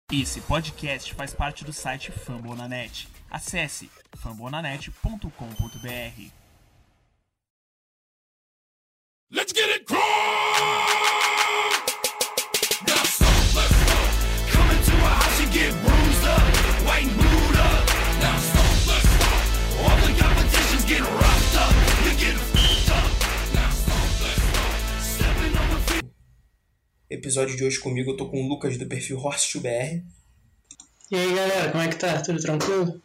Esse podcast faz parte do site Fambonanet. Acesse fambonanet.com.br. Let's get it crunk! Now stop, let's go. Come into a house and get bruised up, white and blued up. Now stop, let's go. All the competition's getting roughed up. You're getting f***ed up. Now stop, let's go. Stepping on the feet. Episódio de hoje comigo, eu tô com o Lucas do perfil HorseToBR. E aí galera, como é que tá? Tudo tranquilo?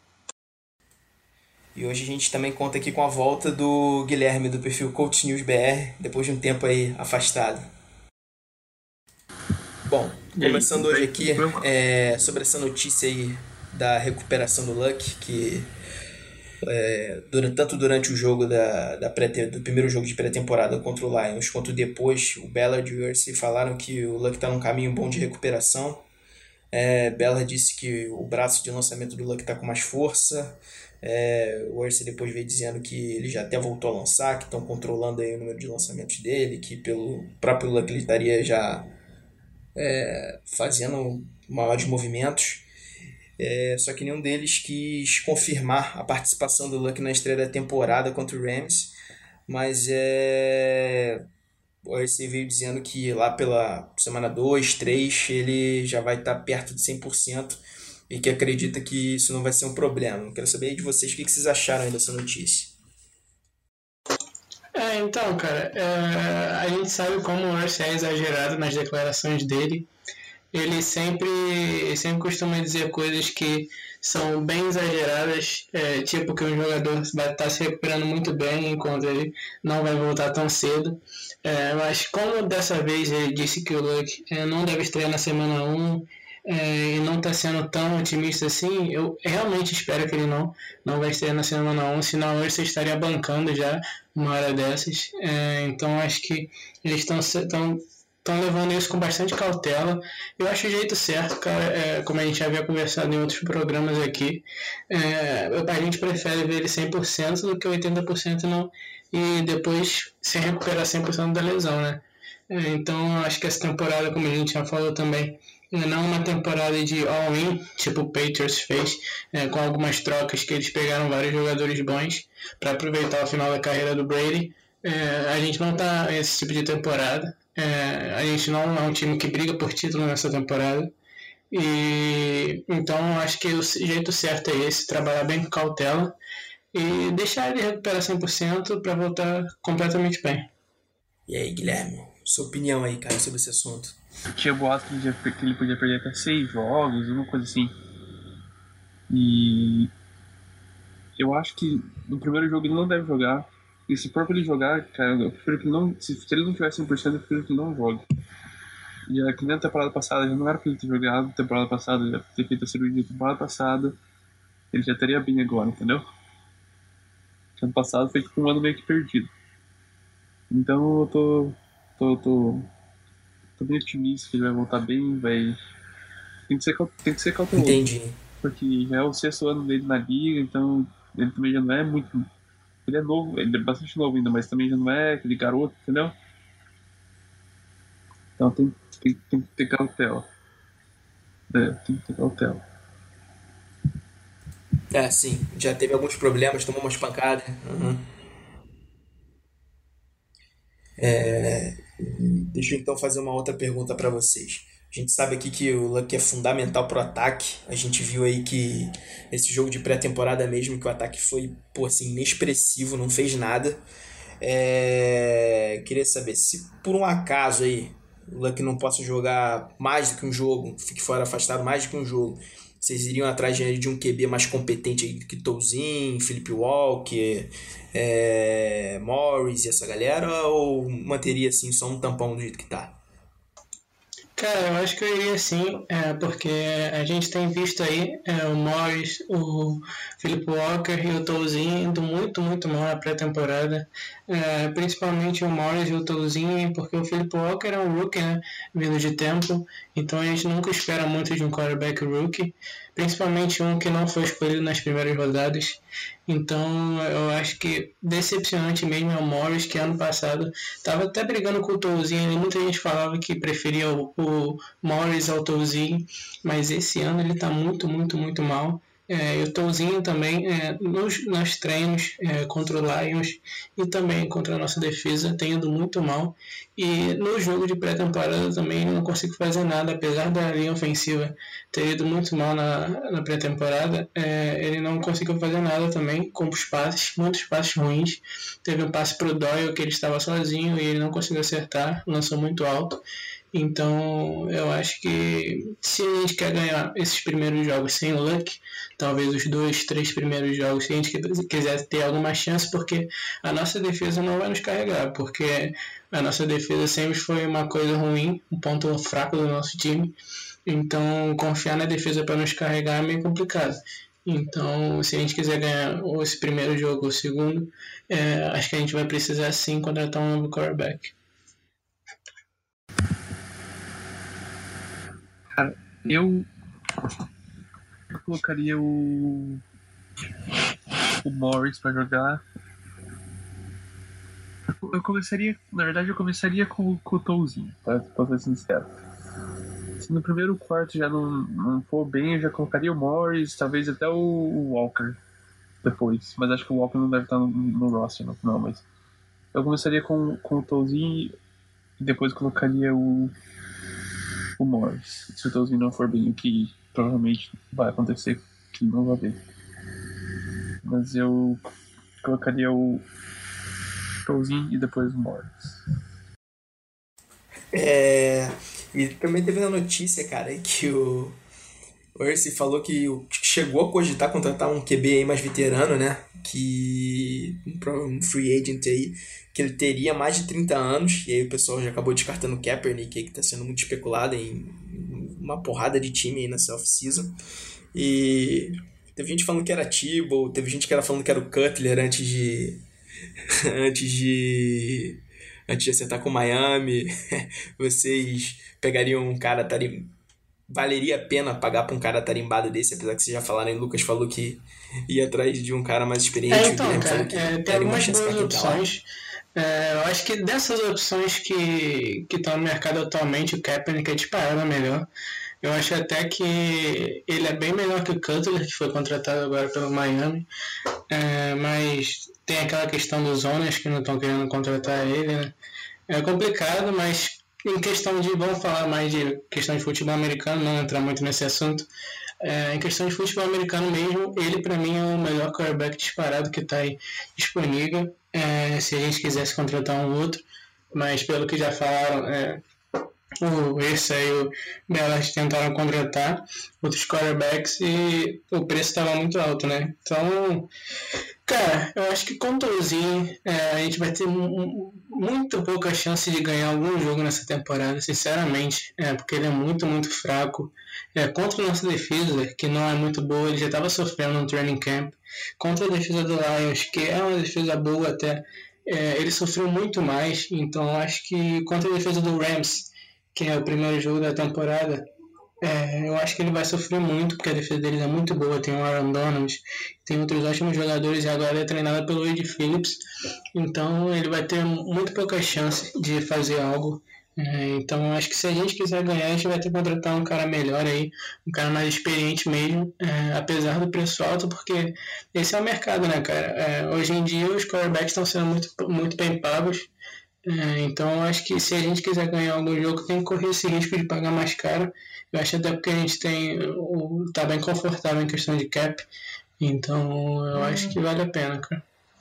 E hoje a gente também conta aqui com a volta do Guilherme do perfil CoachNewsBR, depois de um tempo aí afastado. Bom, começando hoje aqui sobre essa notícia aí da recuperação do Luck, que tanto durante o jogo do primeiro jogo de pré-temporada contra o Lions, quanto depois, o Ballard e o Irsay falaram que o Luck está num caminho bom de recuperação. Ballard disse que o braço de lançamento do Luck está com mais força. O Irsay depois veio dizendo que ele já até voltou a lançar, que estão controlando aí o número de lançamentos dele, que pelo próprio Luck ele estaria já fazendo maiores movimentos. Só que nenhum deles quis confirmar a participação do Luck na estreia da temporada contra o Rams, mas o Irsay veio dizendo que lá pela semana 2, 3 ele já vai estar perto de 100% e que acredita que isso não vai ser um problema. Eu quero saber aí de vocês o que vocês acharam aí dessa notícia. Então, cara, a gente sabe como o Irsay é exagerado nas declarações dele. Ele sempre costuma dizer coisas que são bem exageradas, tipo que o jogador vai estar se recuperando muito bem enquanto ele não vai voltar tão cedo. Mas como dessa vez ele disse que o Luck não deve estrear na semana 1 e não está sendo tão otimista assim, eu realmente espero que ele não vai estrear na semana 1, senão o Irsay estaria bancando já uma hora dessas. Então acho que eles estão levando isso com bastante cautela. Eu acho o jeito certo, cara. Como a gente já havia conversado em outros programas aqui, a gente prefere ver ele 100% do que 80% não, e depois se recuperar 100% da lesão, né? Então acho que essa temporada, como a gente já falou também, não é uma temporada de all-in, tipo o Patriots fez, com algumas trocas que eles pegaram vários jogadores bons para aproveitar o final da carreira do Brady. A gente não tá nesse tipo de temporada. A gente não é um time que briga por título nessa temporada, e então acho que o jeito certo é esse: trabalhar bem com cautela e deixar ele recuperar 100% para voltar completamente bem. E aí, Guilherme, sua opinião aí, cara, sobre esse assunto? Tinha boato que ele podia perder até 6 jogos, uma coisa assim. E eu acho que no primeiro jogo ele não deve jogar. E se for pra ele jogar, cara, eu prefiro que não. Se ele não tiver 100%, eu prefiro que ele não jogue. E que nem a temporada passada, já não era pra ele ter jogado. Na temporada passada, ele ia ter feito a cirurgia. Na temporada passada, ele já estaria bem agora, entendeu? Ano passado foi tipo um ano meio que perdido. Então eu tô bem otimista que ele vai voltar bem, tem que ser cauteloso. Entendi. Porque já é o 6º ano dele na liga, então ele também já não é muito. Ele é novo, ele é bastante novo ainda, mas também já não é aquele garoto, entendeu? Então tem que ter cautela. Tem que ter cautela. Sim, já teve alguns problemas, tomou umas pancadas. Uhum. Deixa eu então fazer uma outra pergunta para vocês. A gente sabe aqui que o Luck é fundamental pro ataque. A gente viu aí que esse jogo de pré-temporada mesmo, que o ataque foi, inexpressivo, não fez nada. Queria saber se por um acaso aí o Luck não possa jogar mais do que um jogo, fique fora afastado mais do que um jogo, vocês iriam atrás de um QB mais competente aí do que Tolzien, Philip Walker, Morris e essa galera, ou manteria assim só um tampão do jeito que tá? Cara, eu acho que eu iria sim, porque a gente tem visto aí o Morris, o Philip Walker e o Tolzien indo muito, muito mal na pré-temporada. principalmente o Morris e o Tolzien, porque o Philip Walker é um rookie, né, vindo de tempo, então a gente nunca espera muito de um quarterback rookie, principalmente um que não foi escolhido nas primeiras rodadas. Então eu acho que decepcionante mesmo é o Morris, que ano passado estava até brigando com o Tolzien, e muita gente falava que preferia o Morris ao Tolzien, mas esse ano ele está muito, muito, muito mal. E o Tolzinho também, nos treinos contra o Lions e também contra a nossa defesa, tem ido muito mal. E no jogo de pré-temporada também não consigo fazer nada, apesar da linha ofensiva ter ido muito mal na pré-temporada, ele não conseguiu fazer nada também com os passes, muitos passes ruins. Teve um passe pro Doyle que ele estava sozinho e ele não conseguiu acertar, lançou muito alto. Então, eu acho que se a gente quer ganhar esses primeiros jogos sem o Luck, talvez os 2, 3 primeiros jogos, se a gente quiser ter alguma chance, porque a nossa defesa não vai nos carregar, porque a nossa defesa sempre foi uma coisa ruim, um ponto fraco do nosso time. Então, confiar na defesa para nos carregar é meio complicado. Então, se a gente quiser ganhar esse primeiro jogo ou o segundo, acho que a gente vai precisar sim contratar um novo quarterback. Cara, eu colocaria o Morris pra jogar. Na verdade, eu começaria com o Tolzinho, pra ser sincero. Se no primeiro quarto já não for bem, eu já colocaria o Morris, talvez até o Walker depois. Mas acho que o Walker não deve estar no roster no final, mas eu começaria com o Tolzinho e depois colocaria o Morris. Se o Tolzinho não for bem, o que provavelmente vai acontecer, que não vai ver. Mas eu colocaria o Tolzinho e depois o Morris. E também teve uma notícia, cara, que o Ursi falou que chegou a cogitar contratar um QB aí mais veterano, né? Que um free agent aí, que ele teria mais de 30 anos, e aí o pessoal já acabou descartando o Kaepernick, que tá sendo muito especulado em uma porrada de time aí nessa off-season. E teve gente falando que era Tebow, teve gente que era falando que era o Cutler antes de acertar com o Miami. Vocês pegariam um cara valeria a pena pagar pra um cara tarimbado desse, apesar que vocês já falaram, e o Lucas falou que ia atrás de um cara mais experiente, então, o Guilherme cara, falou que tem daria uma algumas chance pra boas quem tá lá. opções. Eu acho que dessas opções que estão no mercado atualmente, o Kaepernick é disparado melhor. Eu acho até que ele é bem melhor que o Cutler, que foi contratado agora pelo Miami. Mas tem aquela questão dos owners que não estão querendo contratar ele, né? É complicado, mas em questão de, vamos falar mais de questão de futebol americano, não entrar muito nesse assunto. Em questão de futebol americano mesmo, ele para mim é o melhor quarterback disparado que está aí disponível. Se a gente quisesse contratar um outro, mas pelo que já falaram, esse aí o Bellard tentaram contratar outros quarterbacks e o preço estava muito alto, né? Então, cara, eu acho que com o Tolzinho a gente vai ter muito pouca chance de ganhar algum jogo nessa temporada, sinceramente, porque ele é muito, muito fraco. Contra a nossa defesa, que não é muito boa, ele já estava sofrendo no training camp. Contra a defesa do Lions, que é uma defesa boa até, ele sofreu muito mais. Então, acho que contra a defesa do Rams, que é o primeiro jogo da temporada, eu acho que ele vai sofrer muito, porque a defesa deles é muito boa. Tem o Aaron Donald, tem outros ótimos jogadores, e agora é treinado pelo Wade Phillips. Então ele vai ter muito pouca chance de fazer algo. Então acho que se a gente quiser ganhar, a gente vai ter que contratar um cara melhor aí, um cara mais experiente mesmo, apesar do preço alto, porque esse é o mercado, né, cara? Hoje em dia os quarterbacks estão sendo muito, muito bem pagos. Então acho que se a gente quiser ganhar algum jogo, tem que correr esse risco de pagar mais caro. Eu acho até porque a gente tá bem confortável em questão de cap. Então eu acho que vale a pena, cara.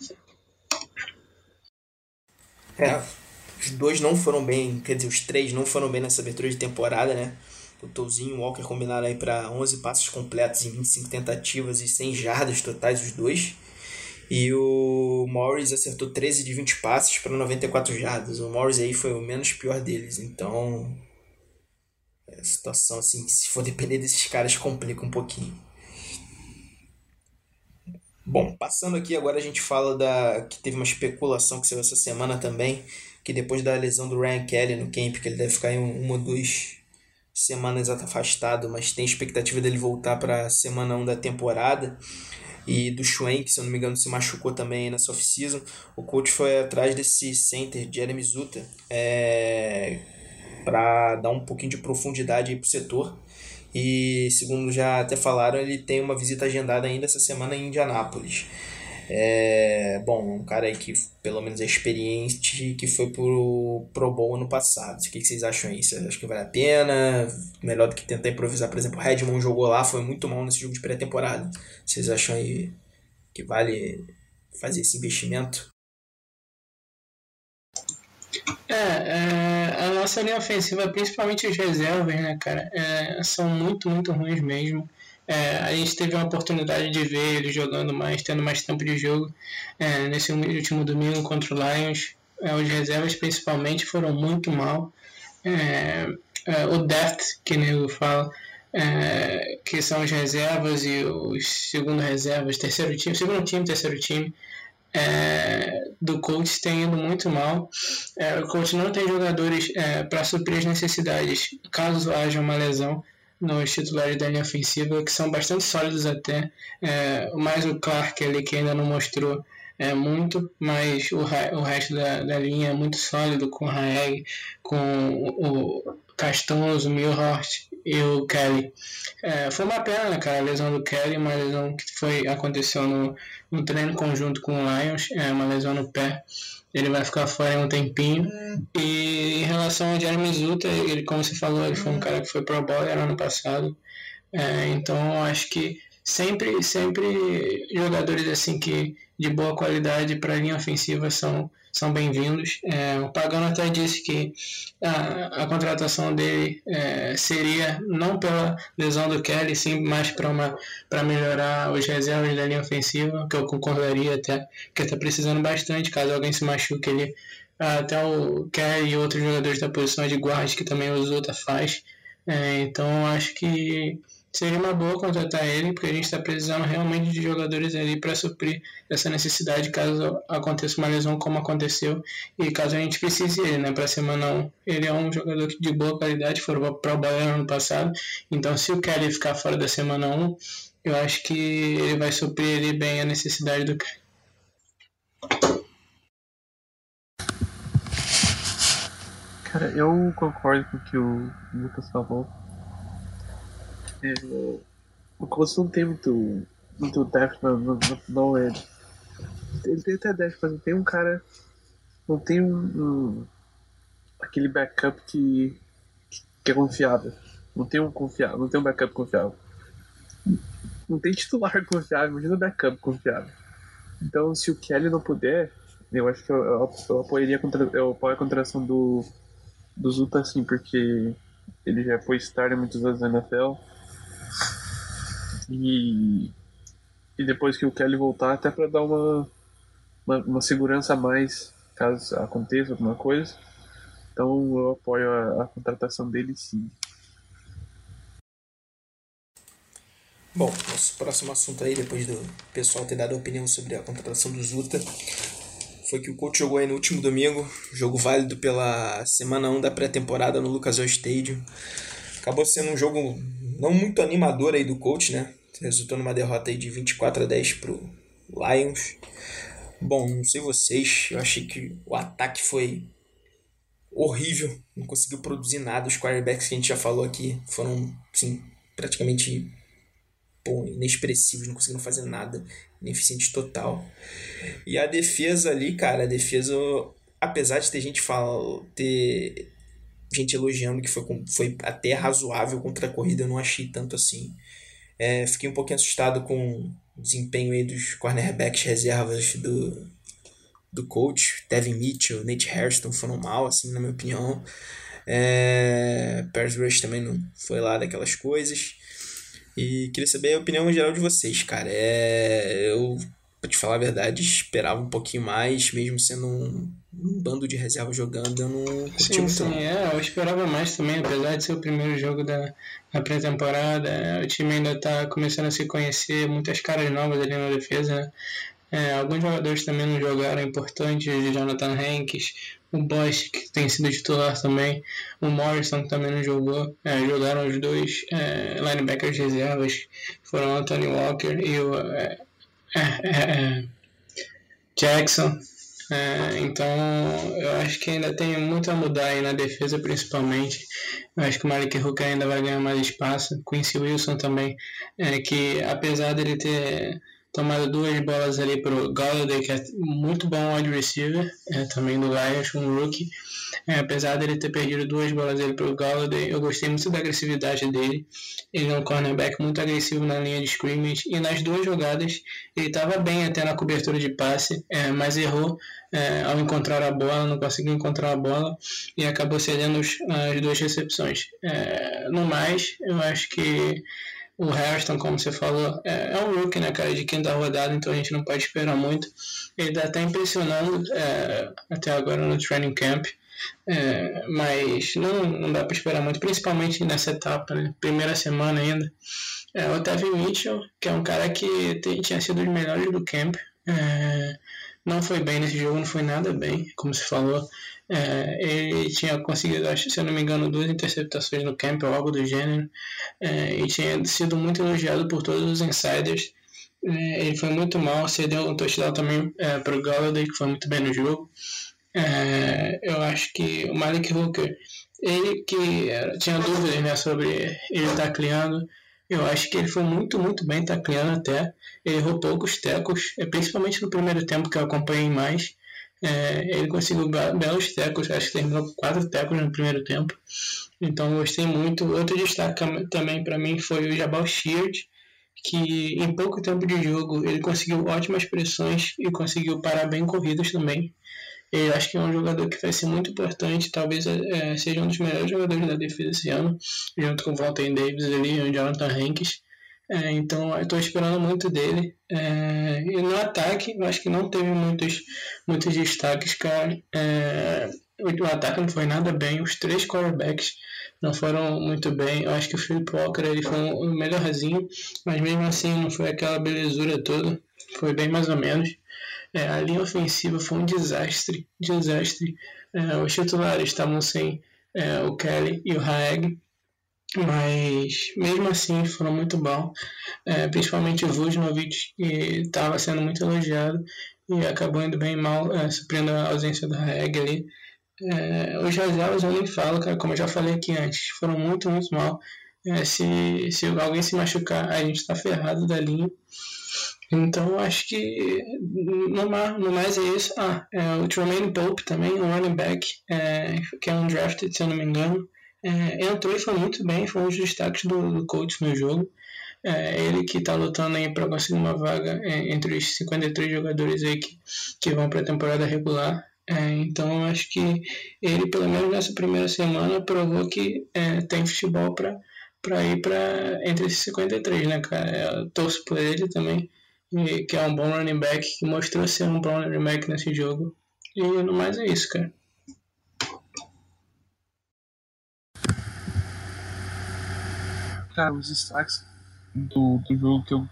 Os dois não foram bem, quer dizer, os três não foram bem nessa abertura de temporada, né? O Tolzinho e o Walker combinaram aí para 11 passos completos em 25 tentativas e 100 jardas totais, os dois. E o Morris acertou 13 de 20 passes para 94 jardas. O Morris aí foi o menos pior deles. Então, a situação, assim, que se for depender desses caras, complica um pouquinho. Bom, passando aqui agora a gente fala que teve uma especulação que saiu essa semana também, que depois da lesão do Ryan Kelly no camp, que ele deve ficar em uma ou duas semanas afastado, mas tem expectativa dele voltar para semana 1 da temporada. E do Schwenk, se eu não me engano, se machucou também nessa off-season. O coach foi atrás desse center, Jeremy Zuta, para dar um pouquinho de profundidade aí pro setor. E segundo já até falaram, ele tem uma visita agendada ainda essa semana em Indianápolis. Bom, um cara aí que pelo menos é experiente, que foi pro Bowl ano passado. O que vocês acham aí? Você acha que vale a pena? Melhor do que tentar improvisar? Por exemplo, o Redmond jogou lá, foi muito mal nesse jogo de pré-temporada. Vocês acham aí que vale fazer esse investimento? A nossa linha ofensiva, principalmente os reservas, né, cara, são muito, muito ruins mesmo. A gente teve a oportunidade de ver ele jogando mais, tendo mais tempo de jogo nesse último domingo contra o Lions. Os reservas, principalmente, foram muito mal. O depth, que nego fala, que são as reservas e os segundo reservas, terceiro time, segundo time, terceiro time, do coach tem ido muito mal. O coach não tem jogadores para suprir as necessidades caso haja uma lesão nos titulares da linha ofensiva, que são bastante sólidos até, mais o Clark ali, que ainda não mostrou muito, mas o resto da linha é muito sólido, com o Raeg, com o Castonzo, o Milhort e o Kelly. Foi uma pena, cara, a lesão do Kelly, uma lesão que aconteceu no treino conjunto com o Lions, uma lesão no pé. Ele vai ficar fora em um tempinho. E em relação ao Jeremy Zuta, ele, como você falou, ele foi um cara que foi pro Bowler ano passado. Então eu acho que sempre jogadores assim que de boa qualidade para a linha ofensiva são bem-vindos. O Pagano até disse que a contratação dele seria não pela lesão do Kelly, sim mais para melhorar os reservas da linha ofensiva, que eu concordaria até, que está precisando bastante, caso alguém se machuque ele. Até o Kelly e outros jogadores da posição de guarda que também o Zuta faz. Então acho que seria uma boa contratar ele, porque a gente está precisando realmente de jogadores ali para suprir essa necessidade caso aconteça uma lesão como aconteceu e caso a gente precise dele, né, para semana 1. Ele é um jogador de boa qualidade, foi para o Bayern ano passado, então se o Kelly ficar fora da semana 1, eu acho que ele vai suprir ali bem a necessidade do Kelly. Cara, eu concordo com o que o Lucas falou. O Colts não tem muito depth no edge. Ele tem até depth, mas não tem um cara. Não tem aquele backup que é confiável. Não tem um backup confiável. Não tem titular confiável, imagina backup confiável. Então, se o Kelly não puder, eu acho que eu apoio a contratação do Zuta, sim, porque ele já foi starter muitos anos na NFL. E depois que o Kelly voltar, até para dar uma segurança a mais caso aconteça alguma coisa. Então eu apoio a contratação dele, sim. Bom, nosso próximo assunto aí, depois do pessoal ter dado a opinião sobre a contratação do Zuta, foi que o coach jogou aí no último domingo, jogo válido pela semana 1 da pré-temporada no Lucas Oil Stadium. Acabou sendo um jogo não muito animador aí do coach, né? Resultou numa derrota aí de 24-10 pro Lions. Bom, não sei vocês, eu achei que o ataque foi horrível, não conseguiu produzir nada. Os quarterbacks que a gente já falou aqui foram, assim, praticamente inexpressivos, não conseguiram fazer nada, ineficiente total. E a defesa ali, cara, apesar de ter gente elogiando que foi até razoável contra a corrida, eu não achei tanto assim. Fiquei um pouquinho assustado com o desempenho aí dos cornerbacks reservas do coach. Devin Mitchell, Nate Hairston foram mal, assim, na minha opinião. Paris Rush também não foi lá daquelas coisas. E queria saber a opinião geral de vocês, cara. Eu Pra te falar a verdade, esperava um pouquinho mais, mesmo sendo um bando de reserva jogando, eu não curti Sim, muito sim, não. eu esperava mais também, apesar de ser o primeiro jogo da pré-temporada, o time ainda está começando a se conhecer, muitas caras novas ali na defesa, né? Alguns jogadores também não jogaram importantes, o Jonathan Hankins, o Bosch, que tem sido titular também, o Morrison, que também não jogou, jogaram os dois linebackers reservas, foram o Anthony Walker e o Jackson. Então eu acho que ainda tem muito a mudar aí na defesa, principalmente. Eu acho que o Malik Hooker ainda vai ganhar mais espaço. Quincy Wilson também, que apesar dele ter tomado 2 bolas ali pro Golladay, que é muito bom wide receiver, também do Lions, um rookie. Apesar dele ter perdido 2 bolas ali pro Golladay, eu gostei muito da agressividade dele. Ele é um cornerback muito agressivo na linha de scrimmage, e nas 2 jogadas ele estava bem até na cobertura de passe, mas errou ao encontrar a bola, não conseguiu encontrar a bola e acabou cedendo as 2 recepções. No mais, eu acho que o Hairston, como você falou, é um rookie, né, cara, de 5ª rodada, então a gente não pode esperar muito. Ele está até impressionando até agora no training camp, mas não dá para esperar muito, principalmente nessa etapa, né, primeira semana ainda. O Tevin Mitchell, que é um cara que tinha sido os melhores do camp, não foi bem nesse jogo, não foi nada bem, como se falou. Ele tinha conseguido, acho, se eu não me engano, 2 interceptações no camp ou algo do gênero, e tinha sido muito elogiado por todos os insiders. Ele foi muito mal, cedeu um touchdown também para o Golladay, que foi muito bem no jogo. Eu acho que o Malik Hooker, ele que tinha dúvidas, né, sobre ele tacleando, eu acho que ele foi muito, muito bem tacleando até. Ele errou poucos tecos, principalmente no primeiro tempo, que eu acompanhei mais. Ele conseguiu belos tecos, acho que terminou com 4 tecos no primeiro tempo. Então eu gostei muito. Outro destaque também para mim foi o Jabal Sheard, que em pouco tempo de jogo ele conseguiu ótimas pressões e conseguiu parar bem corridas também. Eu acho que é um jogador que vai ser muito importante, talvez seja um dos melhores jogadores da defesa esse ano, junto com o Vontae Davis ali, o Jonathan Hankins. Então eu estou esperando muito dele. E no ataque, eu acho que não teve muitos destaques, cara. O ataque não foi nada bem, os 3 quarterbacks não foram muito bem. Eu acho que o Philip Walker ele foi o melhorzinho, mas mesmo assim não foi aquela belezura toda, foi bem mais ou menos. A linha ofensiva foi um desastre. Os titulares estavam sem o Kelly e o Haeg, mas mesmo assim foram muito bons, principalmente o Vujnovic, que estava sendo muito elogiado e acabou indo bem mal, suprindo a ausência do Haeg ali. Os reservas eu nem falo, cara, como eu já falei aqui antes, foram muito, muito mal. Se alguém se machucar, a gente está ferrado da linha. Então eu acho que no mais é isso. O Tremaine Pope também, um running back, que é um drafted, se eu não me engano, entrou e foi muito bem, foi um dos destaques do coach no jogo. Ele que está lutando aí para conseguir uma vaga entre os 53 jogadores aí que vão para a temporada regular. Então eu acho que ele, pelo menos nessa primeira semana, provou que tem futebol para ir para entre esses 53, né, cara? Eu torço por ele também, que é um bom running back, que mostrou ser um bom running back nesse jogo. E no mais é isso, cara. Cara, os destaques do jogo que eu.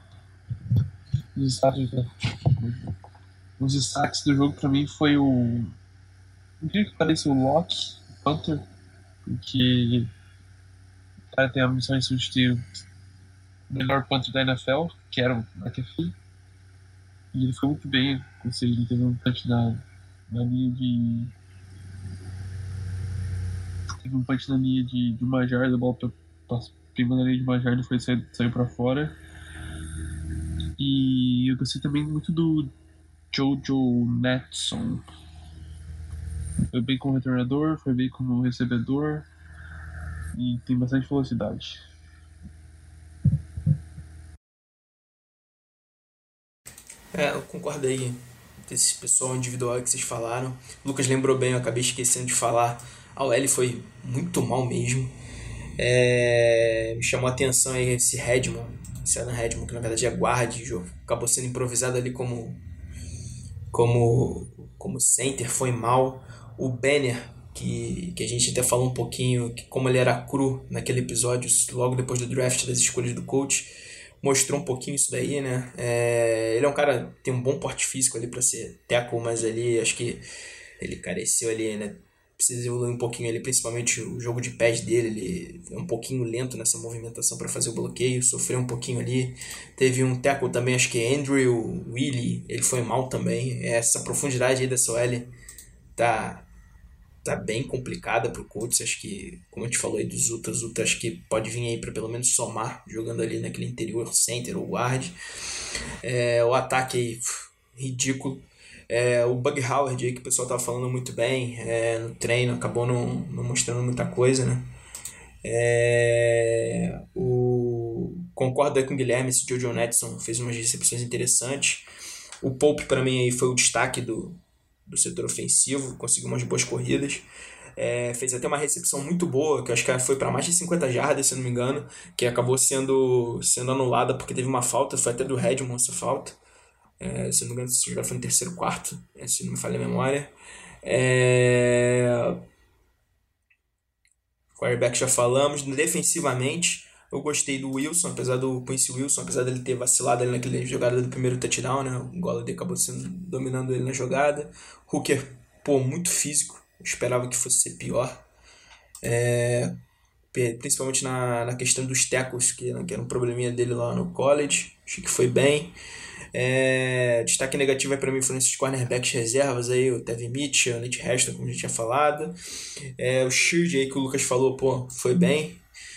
Os destaques do jogo pra mim foi o. Incrível que pareça, o Locke, o Panther, porque o cara tem a missão de substituir o melhor punter da NFL, que era o McAfee. E ele foi muito bem, ou seja, ele teve um punch na linha de. Teve um punch na linha de uma jarda, a bola pegou na linha de uma jarda e saiu pra fora. E eu gostei também muito do Jojo Netson. Foi bem como retornador, foi bem como recebedor e tem bastante velocidade. Eu concordo aí desse pessoal individual que vocês falaram. O Lucas lembrou bem, eu acabei esquecendo de falar. A OL foi muito mal mesmo. Me chamou a atenção aí esse Redmond, esse Adam Redmond, que na verdade é guarda, acabou sendo improvisado ali como center, foi mal. O Banner, que a gente até falou um pouquinho, que como ele era cru naquele episódio, logo depois do draft, das escolhas do coach, mostrou um pouquinho isso daí, né? Ele é um cara que tem um bom porte físico ali para ser tackle, mas ali acho que ele careceu ali, né? Precisa evoluir um pouquinho ali, principalmente o jogo de pés dele, ele é um pouquinho lento nessa movimentação para fazer o bloqueio, sofreu um pouquinho ali. Teve um tackle também, acho que é Andrew Willie, ele foi mal também. Essa profundidade aí dessa OL tá bem complicada pro Colts. Acho que, como a gente falou aí do Zuta acho que pode vir aí para pelo menos somar, jogando ali naquele interior center ou guard. O ataque aí, ridículo. O Bug Howard aí, que o pessoal tava falando muito bem no treino, acabou não mostrando muita coisa, né? Concordo aí com o Guilherme, esse Jojo Netson fez umas recepções interessantes. O Pope para mim aí foi o destaque do setor ofensivo, conseguiu umas boas corridas. Fez até uma recepção muito boa, que eu acho que foi para mais de 50 jardas, se eu não me engano, que acabou sendo anulada porque teve uma falta, foi até do Redmond essa falta. Se eu não me engano, já foi no terceiro quarto, se não me falha a memória. Quarterback já falamos. Defensivamente, eu gostei do Wilson, apesar do Quincy Wilson, apesar dele ter vacilado ali naquela jogada do primeiro touchdown, né? O Golladay acabou dominando ele na jogada. Hooker, muito físico, eu esperava que fosse ser pior. Principalmente na questão dos tackles, que era um probleminha dele lá no college. Acho que foi bem. Destaque negativo para mim foram esses cornerbacks reservas aí, o Tevin Mitchell, o Nate Hairston, como a gente tinha falado. O Sheard aí que o Lucas falou, foi bem.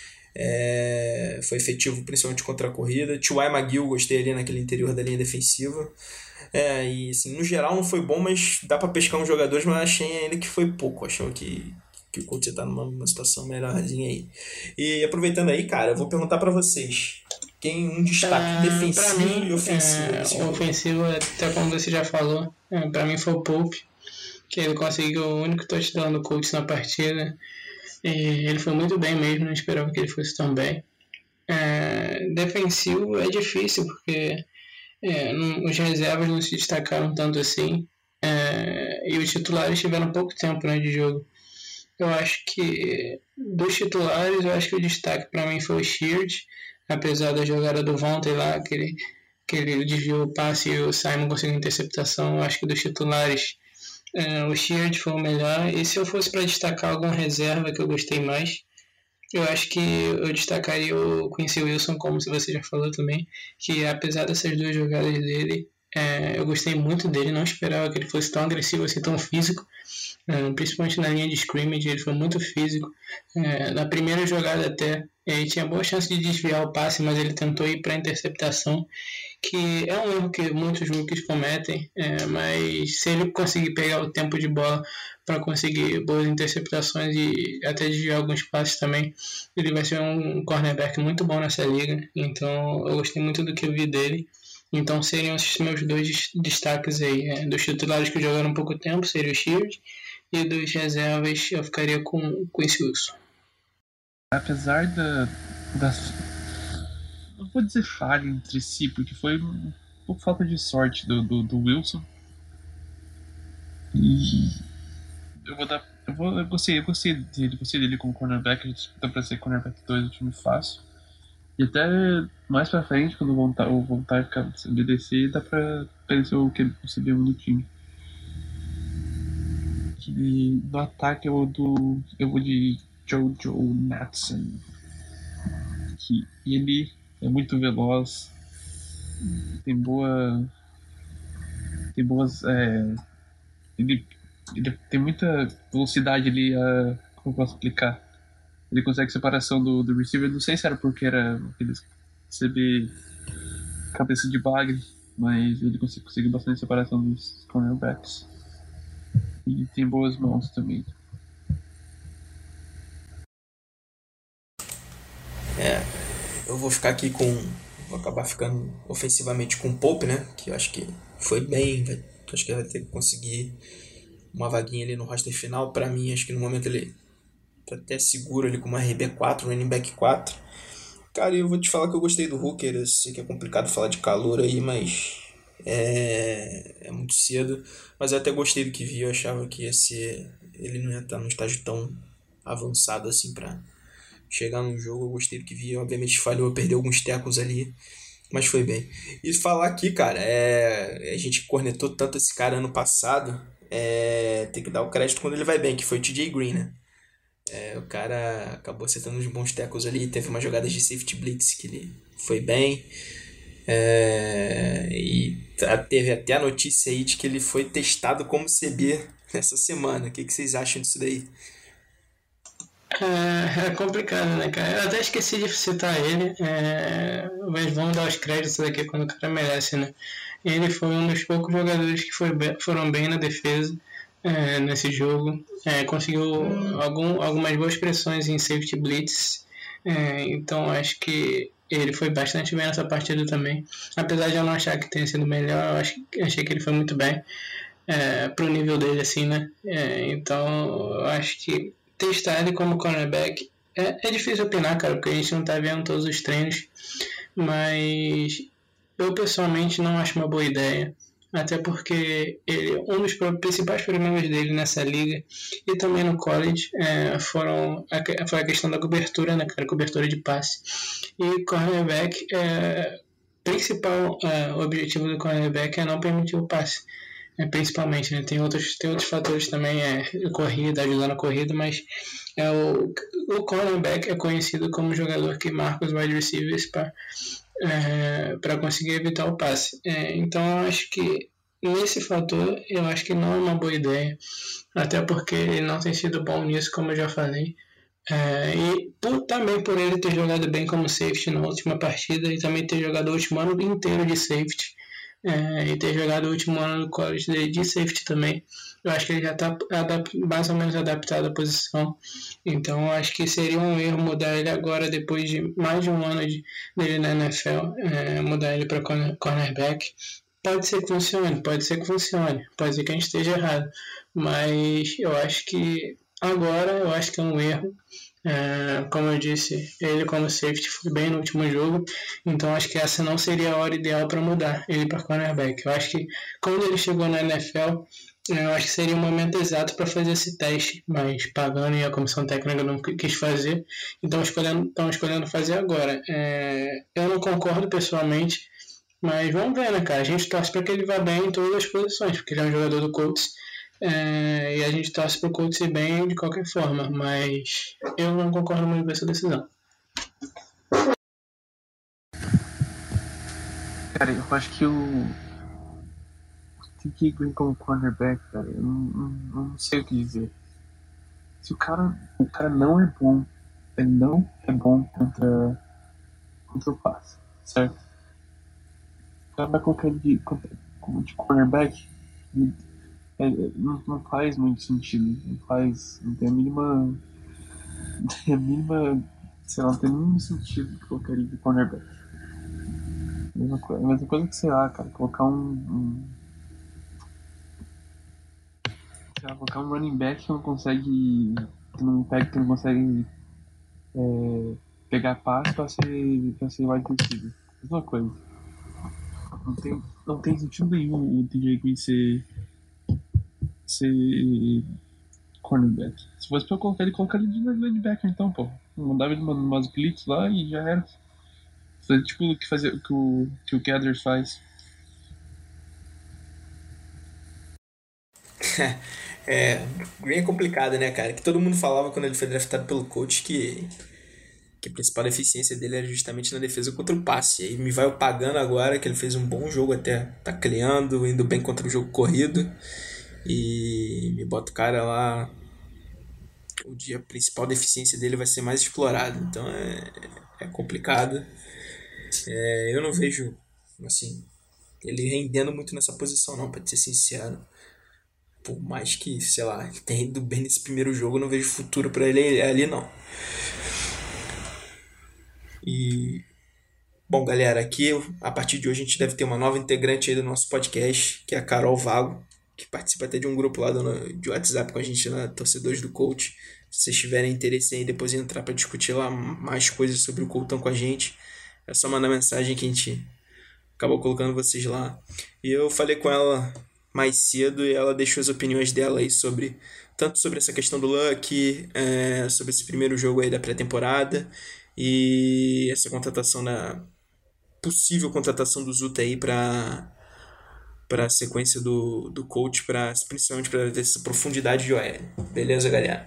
Foi efetivo principalmente contra a corrida. T.Y. McGill, gostei ali naquele interior da linha defensiva. E assim, no geral não foi bom, mas dá para pescar uns jogadores, mas achei ainda que foi pouco. Achou que o Colts tá numa situação melhorzinha aí. E aproveitando aí, cara, eu vou perguntar para vocês. Quem um destaque defensivo mim, e ofensivo? Ofensivo, até como você já falou, para mim foi o Pope, que ele conseguiu o único touchdown do Colts na partida. E ele foi muito bem mesmo, não esperava que ele fosse tão bem. Defensivo é difícil, porque os reservas não se destacaram tanto assim, e os titulares tiveram pouco tempo, né, de jogo. Eu acho que dos titulares, eu acho que o destaque para mim foi o Sheard, apesar da jogada do Vontae lá, que ele desviou o passe e o Simon conseguiu interceptação. Eu acho que dos titulares, o Sheard foi o melhor. E se eu fosse para destacar alguma reserva que eu gostei mais, eu acho que eu destacaria o Quincy Wilson, como você já falou também, que apesar dessas duas jogadas dele, eu gostei muito dele, não esperava que ele fosse tão agressivo assim, tão físico, principalmente na linha de scrimmage, ele foi muito físico. Na primeira jogada até, ele tinha boa chance de desviar o passe, mas ele tentou ir para a interceptação, que é um erro que muitos rookies cometem, mas se ele conseguir pegar o tempo de bola para conseguir boas interceptações e até desviar alguns passes também, ele vai ser um cornerback muito bom nessa liga. Então eu gostei muito do que eu vi dele. Então seriam esses meus dois destaques aí. Dos titulares que jogaram um pouco tempo seria o Sheard, e dos reservas eu ficaria com o Quincy Wilson. Apesar das... não vou dizer falha entre si, porque foi um pouco falta de sorte do Wilson. E eu gostei dele como cornerback, a gente disputa pra ser cornerback 2 do time fácil. E até mais pra frente, quando voltar ficar CBDC, dá pra parecer o que ele concebeu no time. E no ataque eu vou de Jojo Natson, que ele é muito veloz, tem boas ele tem muita velocidade ali, como eu posso explicar? Ele consegue separação do receiver, não sei se era porque era aqueles CB cabeça de bagre, mas ele conseguiu bastante separação dos cornerbacks. E tem boas mãos também. Eu vou ficar aqui vou acabar ficando ofensivamente com o Pope, né? Que eu acho que foi bem, acho que vai ter que conseguir uma vaguinha ali no roster final. Pra mim, acho que no momento ele tá até seguro ali com uma RB4, running back 4. Cara, eu vou te falar que eu gostei do Hooker. Eu sei que é complicado falar de calor aí, mas é muito cedo. Mas eu até gostei do que vi. Eu achava que ia ser. Ele não ia estar num estágio tão avançado assim pra chegar num jogo. Eu gostei do que vi. Obviamente falhou, perdeu alguns tecos ali, mas foi bem. E falar aqui, cara, a gente cornetou tanto esse cara ano passado. Tem que dar o crédito quando ele vai bem, que foi o TJ Green, né? O cara acabou acertando uns bons tecos ali, teve umas jogadas de safety blitz que ele foi bem. Teve até a notícia aí de que ele foi testado como CB nessa semana. O que vocês acham disso daí? É complicado, né, cara? Eu até esqueci de citar ele, mas vamos dar os créditos aqui quando o cara merece, né? Ele foi um dos poucos jogadores que foram bem na defesa nesse jogo. Conseguiu algumas boas pressões em safety blitz, então acho que ele foi bastante bem nessa partida também. Apesar de eu não achar que tenha sido melhor, achei que ele foi muito bem pro nível dele, assim, né? Então eu acho que testar ele como cornerback é difícil opinar, cara, porque a gente não tá vendo todos os treinos, mas eu pessoalmente não acho uma boa ideia, até porque um dos principais problemas dele nessa liga e também no college foi a questão da cobertura, né, cara, cobertura de passe. E cornerback, principal objetivo do cornerback é não permitir o passe. Principalmente, né? Tem outros fatores também, corrida, ajudando a corrida, mas o cornerback é conhecido como jogador que marca os wide receivers para conseguir evitar o passe. Então eu acho que nesse fator eu acho que não é uma boa ideia, até porque ele não tem sido bom nisso, como eu já falei. Também por ele ter jogado bem como safety na última partida e também ter jogado o último ano inteiro de safety. E ter jogado o último ano no college dele de safety também, eu acho que ele já está mais ou menos adaptado à posição. Então eu acho que seria um erro mudar ele agora, depois de mais de um ano dele na NFL, mudar ele para cornerback. Pode ser que funcione, pode ser que a gente esteja errado, mas eu acho que agora é um erro. Como eu disse, ele como safety foi bem no último jogo, então acho que essa não seria a hora ideal para mudar ele para cornerback. Eu acho que quando ele chegou na NFL, eu acho que seria o momento exato para fazer esse teste, mas Pagano e a comissão técnica não quis fazer, então estão escolhendo fazer agora. Eu não concordo pessoalmente, mas vamos ver, né, cara? A gente torce para que ele vá bem em todas as posições, porque ele é um jogador do Colts. E a gente torce pro Colts ir bem de qualquer forma, mas eu não concordo muito com essa decisão. Cara, eu acho que o TJ Green como cornerback, cara, eu não sei o que dizer. Se o cara não é bom, ele não é bom contra o passe, certo? O cara vai colocar ele de cornerback, não faz muito sentido. Não tem a mínima, sei lá, não tem o mínimo sentido colocar ele de cornerback. A mesma coisa que, sei lá, cara, colocar colocar um running back que não consegue pegar passe pra ser wide receiver. Mesma coisa. Não tem sentido nenhum o TJ Green ser cornerback. Se fosse pra eu colocar ele de linebacker, então, pô. Mandava ele umas blitz lá e já era. Fazer tipo o que o Gathers faz. Green é complicado, né, cara? Que todo mundo falava quando ele foi draftado pelo coach que a principal deficiência dele era justamente na defesa contra o passe. E aí me vai o Pagano agora, que ele fez um bom jogo até, tacleando, indo bem contra o jogo corrido. E me bota o cara lá onde a principal deficiência dele vai ser mais explorada. Então é complicado. Eu não vejo, assim, ele rendendo muito nessa posição, não, pra ser sincero. Por mais que, sei lá, ele tenha ido bem nesse primeiro jogo, eu não vejo futuro pra ele ali, não. E bom, galera, aqui a partir de hoje a gente deve ter uma nova integrante aí do nosso podcast, que é a Carol Vago, que participa até de um grupo lá de WhatsApp com a gente, na Torcedores do Coach. Se vocês tiverem interesse aí depois em entrar para discutir lá mais coisas sobre o Coltão com a gente, é só mandar mensagem que a gente acabou colocando vocês lá. E eu falei com ela mais cedo e ela deixou as opiniões dela aí sobre tanto sobre essa questão do Luck, sobre esse primeiro jogo aí da pré-temporada e essa contratação possível contratação do Zuta aí para a sequência do coach, principalmente para ter essa profundidade de OL. Beleza, galera?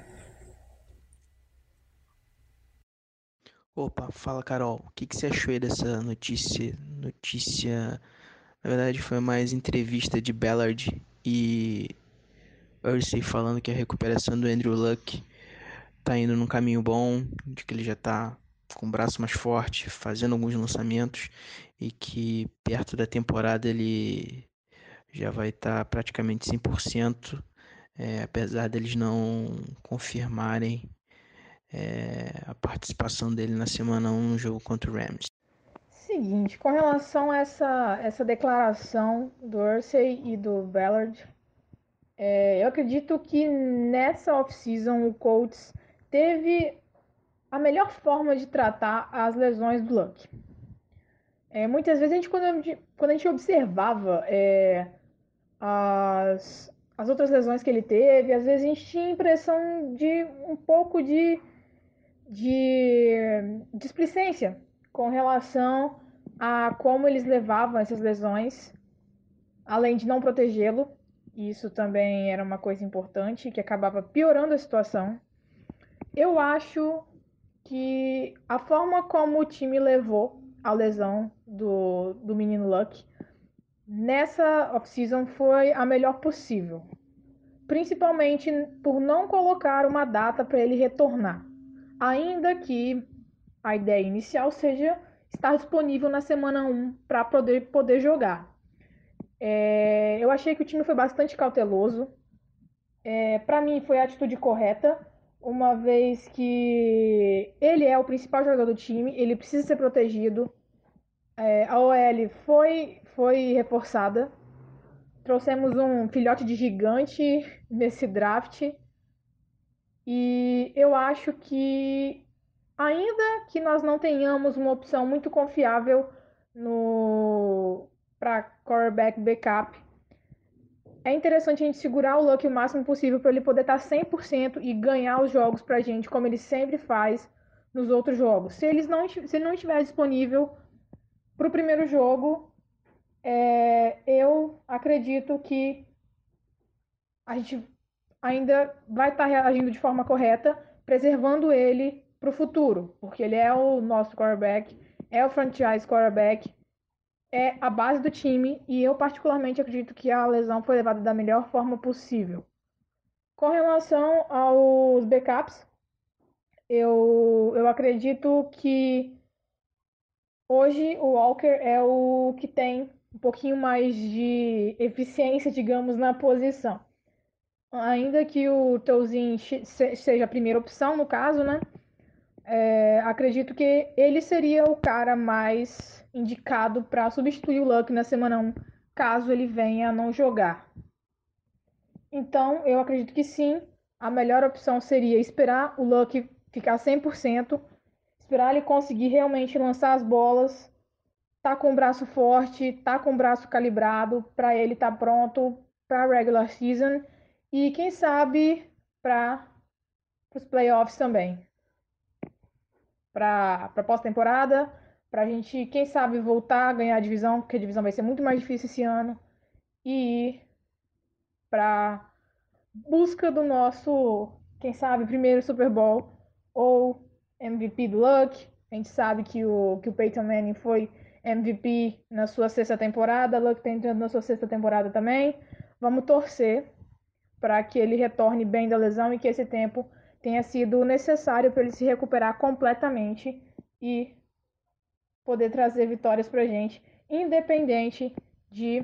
Opa, fala Carol, o que você achou aí dessa notícia, na verdade foi mais entrevista de Ballard e Ursay falando que a recuperação do Andrew Luck tá indo num caminho bom, de que ele já tá com o braço mais forte, fazendo alguns lançamentos e que perto da temporada ele já vai estar praticamente 100%, apesar deles não confirmarem a participação dele na semana 1 no jogo contra o Rams. Seguinte, com relação a essa declaração do Ursay e do Ballard, eu acredito que nessa off-season o Colts teve a melhor forma de tratar as lesões do Luck. Muitas vezes, quando a gente observava as outras lesões que ele teve, às vezes a gente tinha a impressão de um pouco de displicência com relação a como eles levavam essas lesões, além de não protegê-lo. Isso também era uma coisa importante, que acabava piorando a situação. Eu acho que a forma como o time levou a lesão do menino Luck nessa off-season foi a melhor possível. Principalmente por não colocar uma data para ele retornar. Ainda que a ideia inicial seja estar disponível na semana 1 para poder jogar. Eu achei que o time foi bastante cauteloso. Para mim foi a atitude correta, uma vez que ele é o principal jogador do time, ele precisa ser protegido. A OL foi reforçada. Trouxemos um filhote de gigante nesse draft. E eu acho que, ainda que nós não tenhamos uma opção muito confiável para quarterback backup, é interessante a gente segurar o Luck o máximo possível para ele poder estar 100% e ganhar os jogos pra gente, como ele sempre faz nos outros jogos. Se ele não estiver disponível para o primeiro jogo, eu acredito que a gente ainda vai estar reagindo de forma correta, preservando ele para o futuro, porque ele é o nosso quarterback, é o franchise quarterback, é a base do time, e eu particularmente acredito que a lesão foi levada da melhor forma possível. Com relação aos backups, eu acredito que hoje o Walker é o que tem um pouquinho mais de eficiência, digamos, na posição. Ainda que o Tolzin seja a primeira opção, no caso, né? Acredito que ele seria o cara mais indicado para substituir o Luck na semana 1, caso ele venha a não jogar. Então, eu acredito que sim, a melhor opção seria esperar o Luck ficar 100%, esperar ele conseguir realmente lançar as bolas, tá com o braço forte, tá com o braço calibrado, para ele estar pronto para a regular season e, quem sabe, para os playoffs também. Para pós-temporada, para a gente, quem sabe, voltar a ganhar a divisão, porque a divisão vai ser muito mais difícil esse ano, e ir para busca do nosso, quem sabe, primeiro Super Bowl ou MVP do Luck. A gente sabe que o Peyton Manning foi MVP na sua 6ª temporada, Luck está entrando na sua 6ª temporada também. Vamos torcer para que ele retorne bem da lesão e que esse tempo tenha sido necessário para ele se recuperar completamente e poder trazer vitórias para a gente, independente de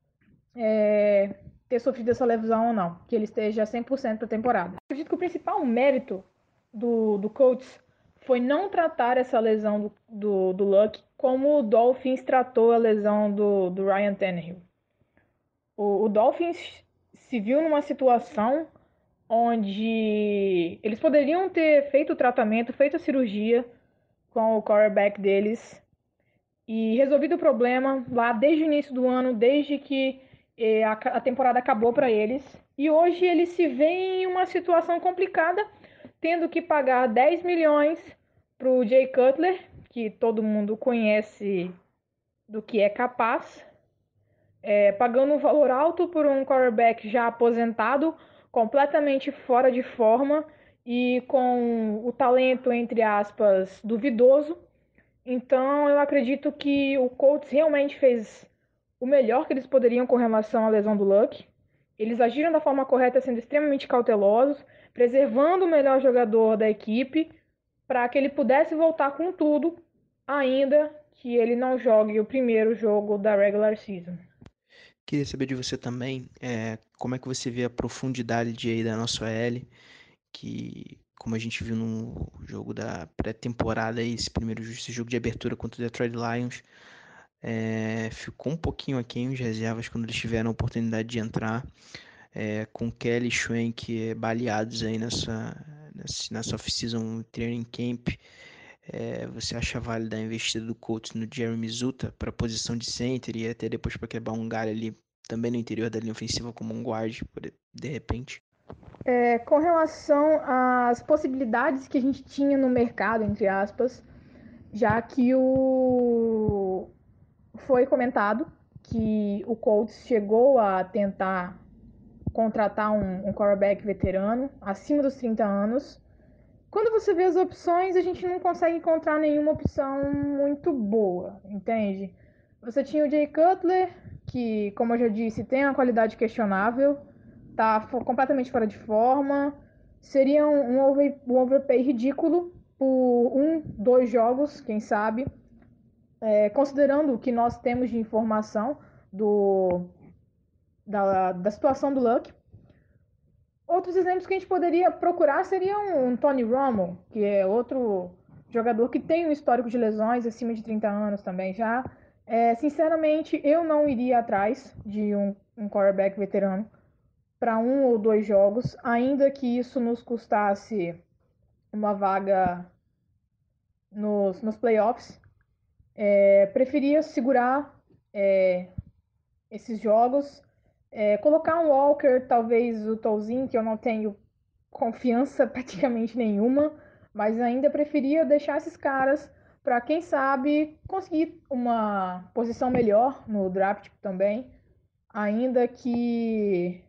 ter sofrido essa lesão ou não, que ele esteja 100% para a temporada. Acredito que o principal mérito do Colts foi não tratar essa lesão do Luck como o Dolphins tratou a lesão do Ryan Tannehill. O Dolphins se viu numa situação onde eles poderiam ter feito o tratamento, feito a cirurgia com o quarterback deles e resolvido o problema lá desde o início do ano, desde que a temporada acabou para eles. E hoje eles se veem em uma situação complicada, tendo que pagar 10 milhões para o Jay Cutler, que todo mundo conhece do que é capaz, pagando um valor alto por um quarterback já aposentado, completamente fora de forma e com o talento, entre aspas, duvidoso. Então eu acredito que o Colts realmente fez o melhor que eles poderiam com relação à lesão do Luck. Eles agiram da forma correta, sendo extremamente cautelosos, preservando o melhor jogador da equipe para que ele pudesse voltar com tudo, ainda que ele não jogue o primeiro jogo da regular season. Queria saber de você também, como é que você vê a profundidade aí da nossa OL, que, como a gente viu no jogo da pré-temporada, esse jogo de abertura contra o Detroit Lions, ficou um pouquinho aquém os reservas quando eles tiveram a oportunidade de entrar, com Kelly e Schwenk baleados aí nessa off-season training camp. Você acha válida a investida do Colts no Jeremy Zuta para a posição de center e até depois para quebrar um galho ali também no interior da linha ofensiva como um guard, de repente? Com relação às possibilidades que a gente tinha no mercado, entre aspas, já que foi comentado que o Colts chegou a tentar contratar um quarterback veterano acima dos 30 anos. Quando você vê as opções, a gente não consegue encontrar nenhuma opção muito boa, entende? Você tinha o Jay Cutler, que, como eu já disse, tem uma qualidade questionável, tá completamente fora de forma. Seria um overpay ridículo por 2 jogos, quem sabe. Considerando o que nós temos de informação da situação do Luck. Outros exemplos que a gente poderia procurar seriam um Tony Romo, que é outro jogador que tem um histórico de lesões acima de 30 anos também já. Sinceramente, eu não iria atrás de um quarterback veterano para 1 ou 2 jogos, ainda que isso nos custasse uma vaga nos playoffs. Preferia segurar esses jogos, colocar um Walker, talvez o Tolzin, que eu não tenho confiança praticamente nenhuma, mas ainda preferia deixar esses caras para, quem sabe, conseguir uma posição melhor no draft também, ainda que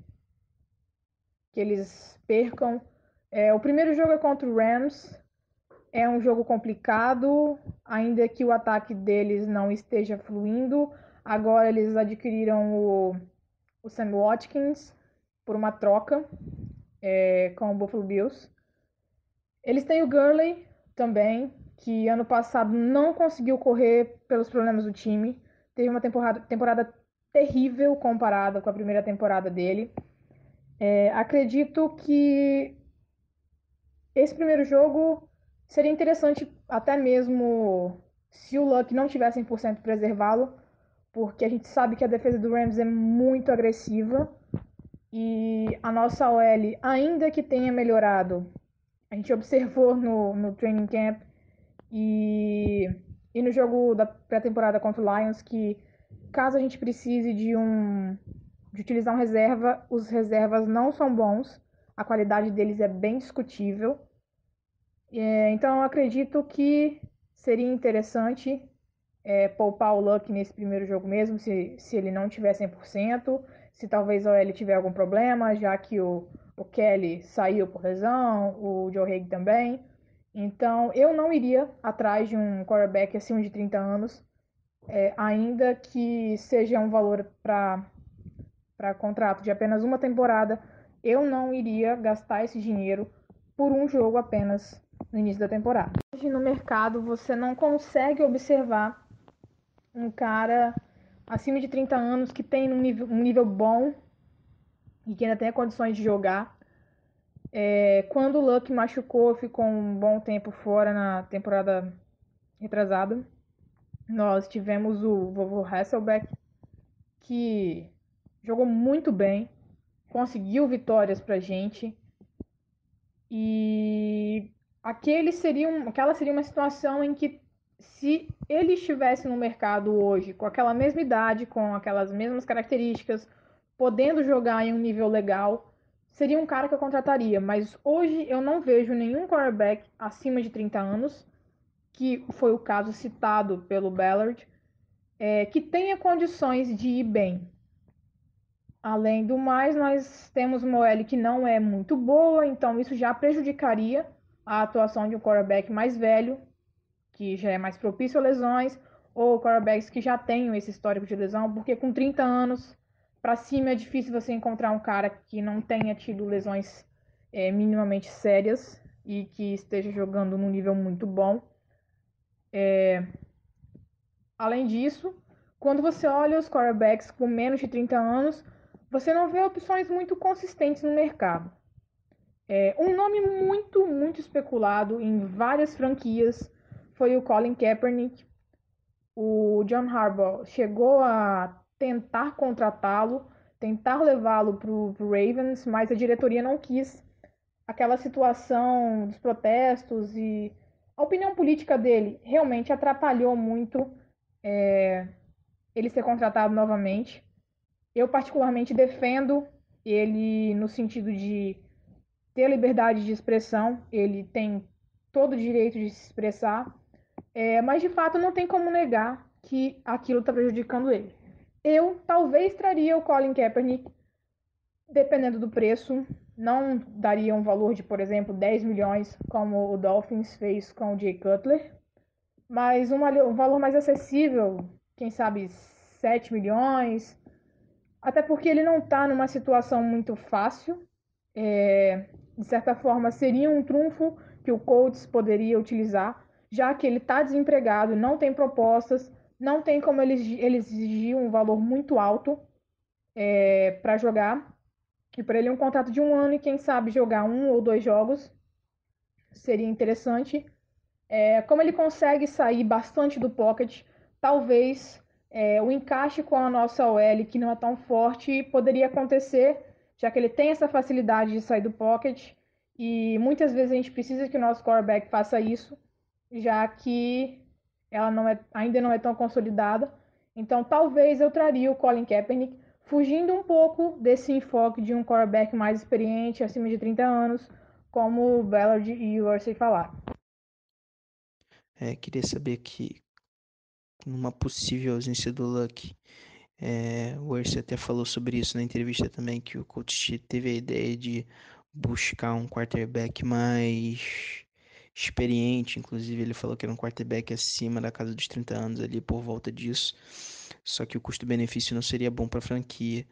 eles percam. O primeiro jogo é contra o Rams, é um jogo complicado, ainda que o ataque deles não esteja fluindo. Agora eles adquiriram o Sam Watkins por uma troca com o Buffalo Bills. Eles têm o Gurley também, que ano passado não conseguiu correr pelos problemas do time. Teve uma temporada terrível comparada com a primeira temporada dele. Acredito que esse primeiro jogo seria interessante, até mesmo se o Luck não tiver 100% preservá-lo, porque a gente sabe que a defesa do Rams é muito agressiva e a nossa OL, ainda que tenha melhorado, a gente observou no training camp e no jogo da pré-temporada contra o Lions que, caso a gente precise de utilizar um reserva, os reservas não são bons, a qualidade deles é bem discutível. Então eu acredito que seria interessante poupar o Luck nesse primeiro jogo mesmo, se ele não tiver 100%, se talvez a OL tiver algum problema, já que o Kelly saiu por lesão, o Joe Hague também. Então eu não iria atrás de um quarterback acima de 30 anos, ainda que seja um valor para contrato de apenas uma temporada, eu não iria gastar esse dinheiro por um jogo apenas no início da temporada. Hoje no mercado você não consegue observar um cara acima de 30 anos que tem um nível bom e que ainda tem condições de jogar. Quando o Luck machucou, ficou um bom tempo fora na temporada retrasada, nós tivemos o vovô Hasselbeck, que jogou muito bem, conseguiu vitórias pra gente, E aquela seria uma situação em que, se ele estivesse no mercado hoje, com aquela mesma idade, com aquelas mesmas características, podendo jogar em um nível legal, seria um cara que eu contrataria. Mas hoje eu não vejo nenhum quarterback acima de 30 anos, que foi o caso citado pelo Ballard, que tenha condições de ir bem. Além do mais, nós temos uma OL que não é muito boa, então isso já prejudicaria a atuação de um quarterback mais velho, que já é mais propício a lesões, ou quarterbacks que já tenham esse histórico de lesão, porque com 30 anos para cima é difícil você encontrar um cara que não tenha tido lesões minimamente sérias e que esteja jogando num nível muito bom. Além disso, quando você olha os quarterbacks com menos de 30 anos, você não vê opções muito consistentes no mercado. Um nome muito, muito especulado em várias franquias foi o Colin Kaepernick. O John Harbaugh chegou a tentar contratá-lo, tentar levá-lo para o Ravens, mas a diretoria não quis. Aquela situação dos protestos e a opinião política dele realmente atrapalhou muito ele ser contratado novamente. Eu particularmente defendo ele no sentido de ter liberdade de expressão, ele tem todo o direito de se expressar, mas de fato não tem como negar que aquilo está prejudicando ele. Eu talvez traria o Colin Kaepernick, dependendo do preço, não daria um valor de, por exemplo, 10 milhões, como o Dolphins fez com o Jay Cutler, mas um valor mais acessível, quem sabe 7 milhões, até porque ele não está numa situação muito fácil. De certa forma, seria um trunfo que o Colts poderia utilizar, já que ele está desempregado, não tem propostas, não tem como ele exigir um valor muito alto para jogar. E para ele um contrato de 1 ano e quem sabe jogar 1 ou 2 jogos seria interessante. Como ele consegue sair bastante do pocket, talvez o encaixe com a nossa OL, que não é tão forte, poderia acontecer, já que ele tem essa facilidade de sair do pocket, e muitas vezes a gente precisa que o nosso quarterback faça isso, já que ela ainda não é tão consolidada. Então talvez eu traria o Colin Kaepernick, fugindo um pouco desse enfoque de um quarterback mais experiente, acima de 30 anos, como o Ballard e o Ursay falaram. Queria saber que, numa possível ausência do Luck, o Ursay até falou sobre isso na entrevista também, que o coach teve a ideia de buscar um quarterback mais experiente, inclusive ele falou que era um quarterback acima da casa dos 30 anos ali, por volta disso, só que o custo-benefício não seria bom para a franquia.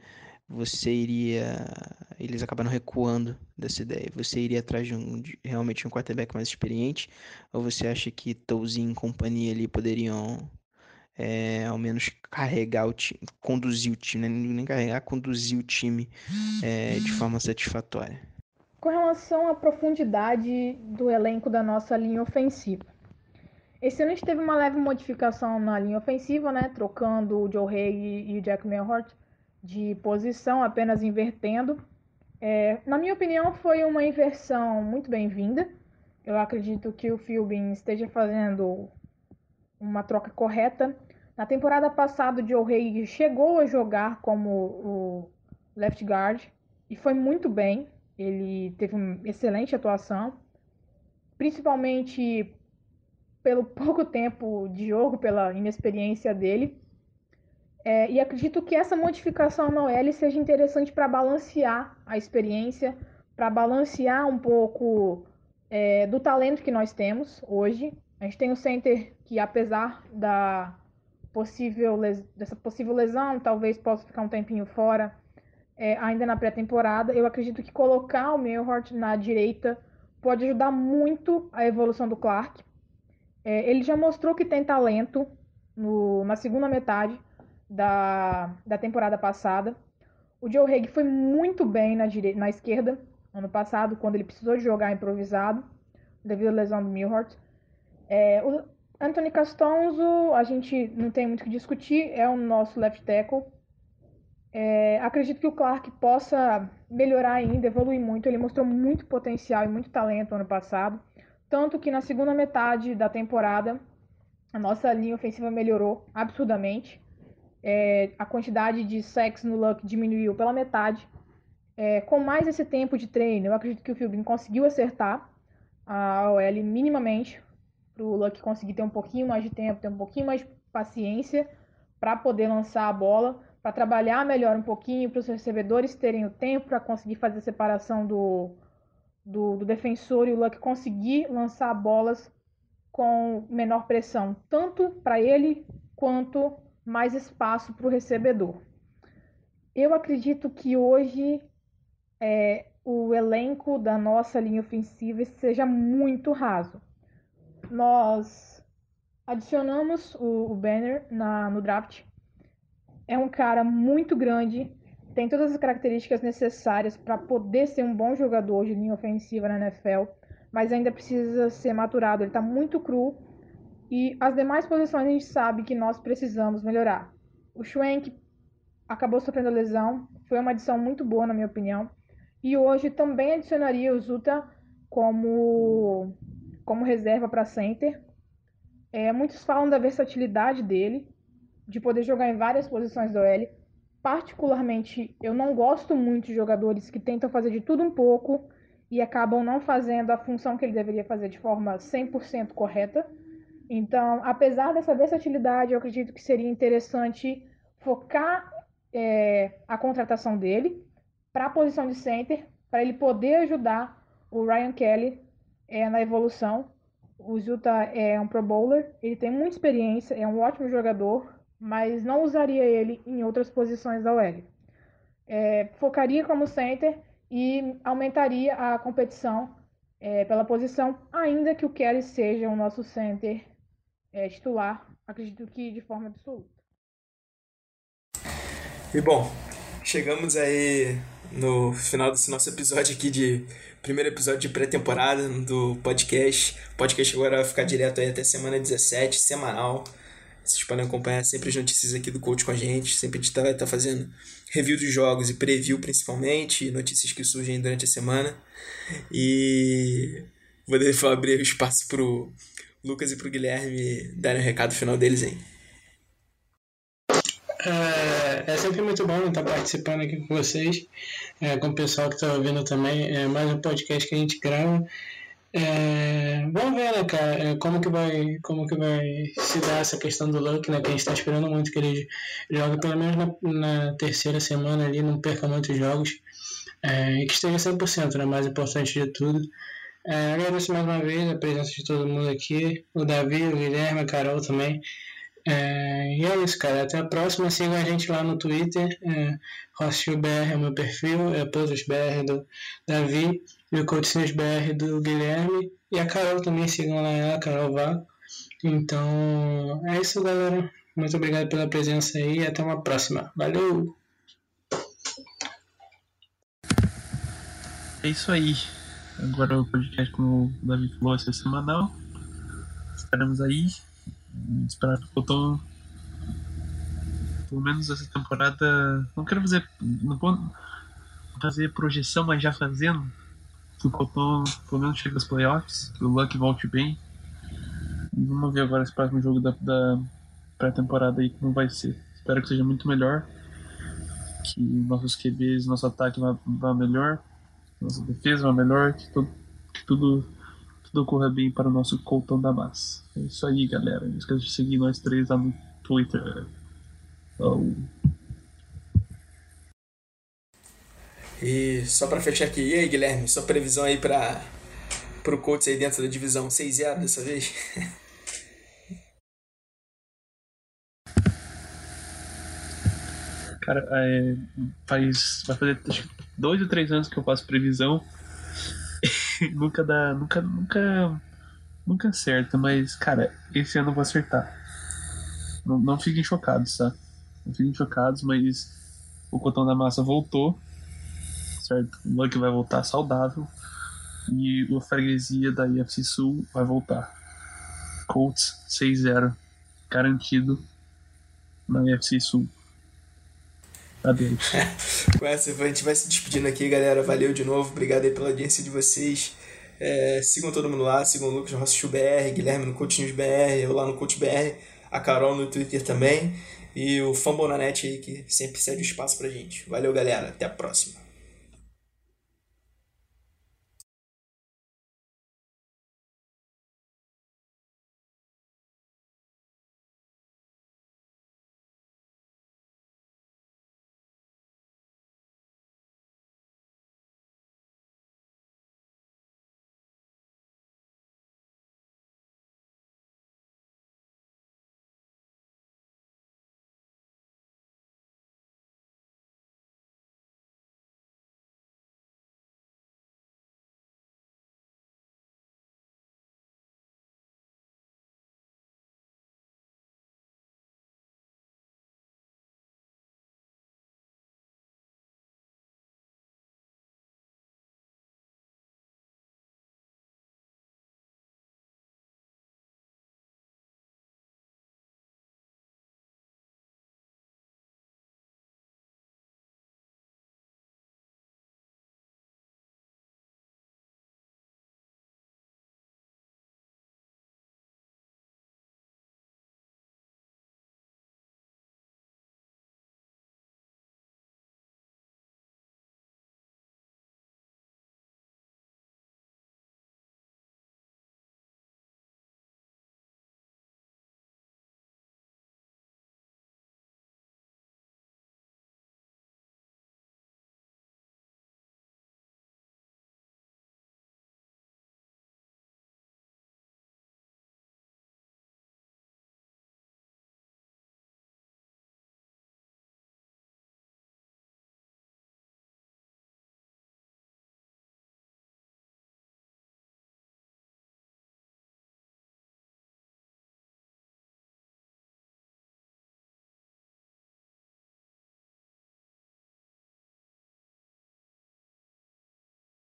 Eles acabaram recuando dessa ideia. Você iria atrás realmente um quarterback mais experiente? Ou você acha que Tolzien e companhia ali poderiam ao menos carregar o time, conduzir o time, né? Nem carregar, conduzir o time de forma satisfatória? Com relação à profundidade do elenco da nossa linha ofensiva, esse ano a gente teve uma leve modificação na linha ofensiva, né? Trocando o Joe Haig e o Jack Melhort de posição, apenas invertendo. Na minha opinião, foi uma inversão muito bem-vinda. Eu acredito que o Philbin esteja fazendo uma troca correta. Na temporada passada, o Joe Haig chegou a jogar como o left guard e foi muito bem. Ele teve uma excelente atuação, principalmente pelo pouco tempo de jogo, pela inexperiência dele. E acredito que essa modificação na OL seja interessante para balancear a experiência, para balancear um pouco do talento que nós temos hoje. A gente tem um center que, apesar dessa possível lesão, talvez possa ficar um tempinho fora, ainda na pré-temporada. Eu acredito que colocar o Melhort na direita pode ajudar muito a evolução do Clark. Ele já mostrou que tem talento na segunda metade da temporada passada. O Joe Haig foi muito bem na esquerda ano passado, quando ele precisou de jogar improvisado, devido à lesão do Melhort. O Anthony Castonzo, a gente não tem muito o que discutir, é o nosso left tackle. Acredito que o Clark possa melhorar ainda, evoluir muito. Ele mostrou muito potencial e muito talento ano passado. Tanto que na segunda metade da temporada, a nossa linha ofensiva melhorou absurdamente. A quantidade de sacks no Luck diminuiu pela metade. Com mais esse tempo de treino, eu acredito que o Philbin conseguiu acertar a OL minimamente, para o Luck conseguir ter um pouquinho mais de tempo, ter um pouquinho mais de paciência para poder lançar a bola, para trabalhar melhor um pouquinho, para os recebedores terem o tempo para conseguir fazer a separação do defensor e o Luck conseguir lançar bolas com menor pressão, tanto para ele quanto mais espaço para o recebedor. Eu acredito que hoje o elenco da nossa linha ofensiva seja muito raso. Nós adicionamos o Banner no draft. É um cara muito grande, tem todas as características necessárias para poder ser um bom jogador de linha ofensiva na NFL, mas ainda precisa ser maturado. Ele está muito cru e as demais posições a gente sabe que nós precisamos melhorar. O Schwenk acabou sofrendo lesão, foi uma adição muito boa na minha opinião, e hoje também adicionaria o Zuta como reserva para center. Muitos falam da versatilidade dele, de poder jogar em várias posições do OL. Particularmente, eu não gosto muito de jogadores que tentam fazer de tudo um pouco e acabam não fazendo a função que ele deveria fazer de forma 100% correta. Então, apesar dessa versatilidade, eu acredito que seria interessante focar a contratação dele para a posição de center, para ele poder ajudar o Ryan Kelly na evolução. O Zuta é um Pro Bowler, ele tem muita experiência, é um ótimo jogador, mas não usaria ele em outras posições da OL. Focaria como center e aumentaria a competição pela posição, ainda que o Kelly seja o nosso center titular, acredito que de forma absoluta. E bom, chegamos aí no final desse nosso episódio aqui primeiro episódio de pré-temporada do podcast. O podcast agora vai ficar direto aí até semana 17, semanal. Vocês podem acompanhar sempre as notícias aqui do Coach com a gente. Sempre a gente vai estar fazendo review dos jogos e preview principalmente, notícias que surgem durante a semana. E vou abrir o espaço pro Lucas e pro Guilherme darem o recado final deles aí. É sempre muito bom estar participando aqui com vocês, com o pessoal que está ouvindo também. É mais um podcast que a gente grava. Vamos ver, né, cara, como que vai se dar essa questão do Luck, né, que a gente está esperando muito que ele jogue pelo menos na terceira semana ali, não perca muitos jogos, e que esteja 100%, né, mais importante de tudo. Agradeço mais uma vez a presença de todo mundo aqui, o Davi, o Guilherme, a Carol também. E é isso, cara. Até a próxima. Sigam a gente lá no Twitter. HostBR é o meu perfil. PodosBR do Davi. E o CoachSBR do Guilherme. E a Carol também. Sigam lá, a Carol Vá. Então, é isso, galera. Muito obrigado pela presença aí. E até uma próxima. Valeu! É isso aí. Agora o podcast, como o Davi falou, vai ser semanal. Estaremos aí. Esperar que o Cotton, pelo menos essa temporada, não vou fazer projeção, mas já fazendo, que o Cotton pelo menos chegue aos playoffs, que o Luck volte bem. E vamos ver agora esse próximo jogo da pré-temporada aí como vai ser. Espero que seja muito melhor, que nossos QBs, nosso ataque vá melhor, nossa defesa vá melhor, que tudo ocorra bem para o nosso Coltão da Massa. É isso aí, galera. Não esqueça de seguir nós três lá no Twitter. E só pra fechar aqui, e aí, Guilherme, sua previsão aí pro Colts aí dentro da divisão 6-0 dessa vez? Cara, vai fazer acho que 2 ou 3 anos que eu faço previsão. Nunca acerta, mas, cara, esse ano eu vou acertar. Não fiquem chocados, tá? Não fiquem chocados, mas o Cotão da Massa voltou, certo? O Luck vai voltar saudável e a freguesia da IFC Sul vai voltar. Colts 6-0 garantido na IFC Sul. Adeus. Com essa, a gente vai se despedindo aqui, galera. Valeu de novo. Obrigado aí pela audiência de vocês. Sigam todo mundo lá. Sigam o Lucas no Rosschu BR, Guilherme no Coach News BR, eu lá no Coach BR, a Carol no Twitter também. E o Fumble na Net aí, que sempre cede o espaço pra gente. Valeu, galera. Até a próxima.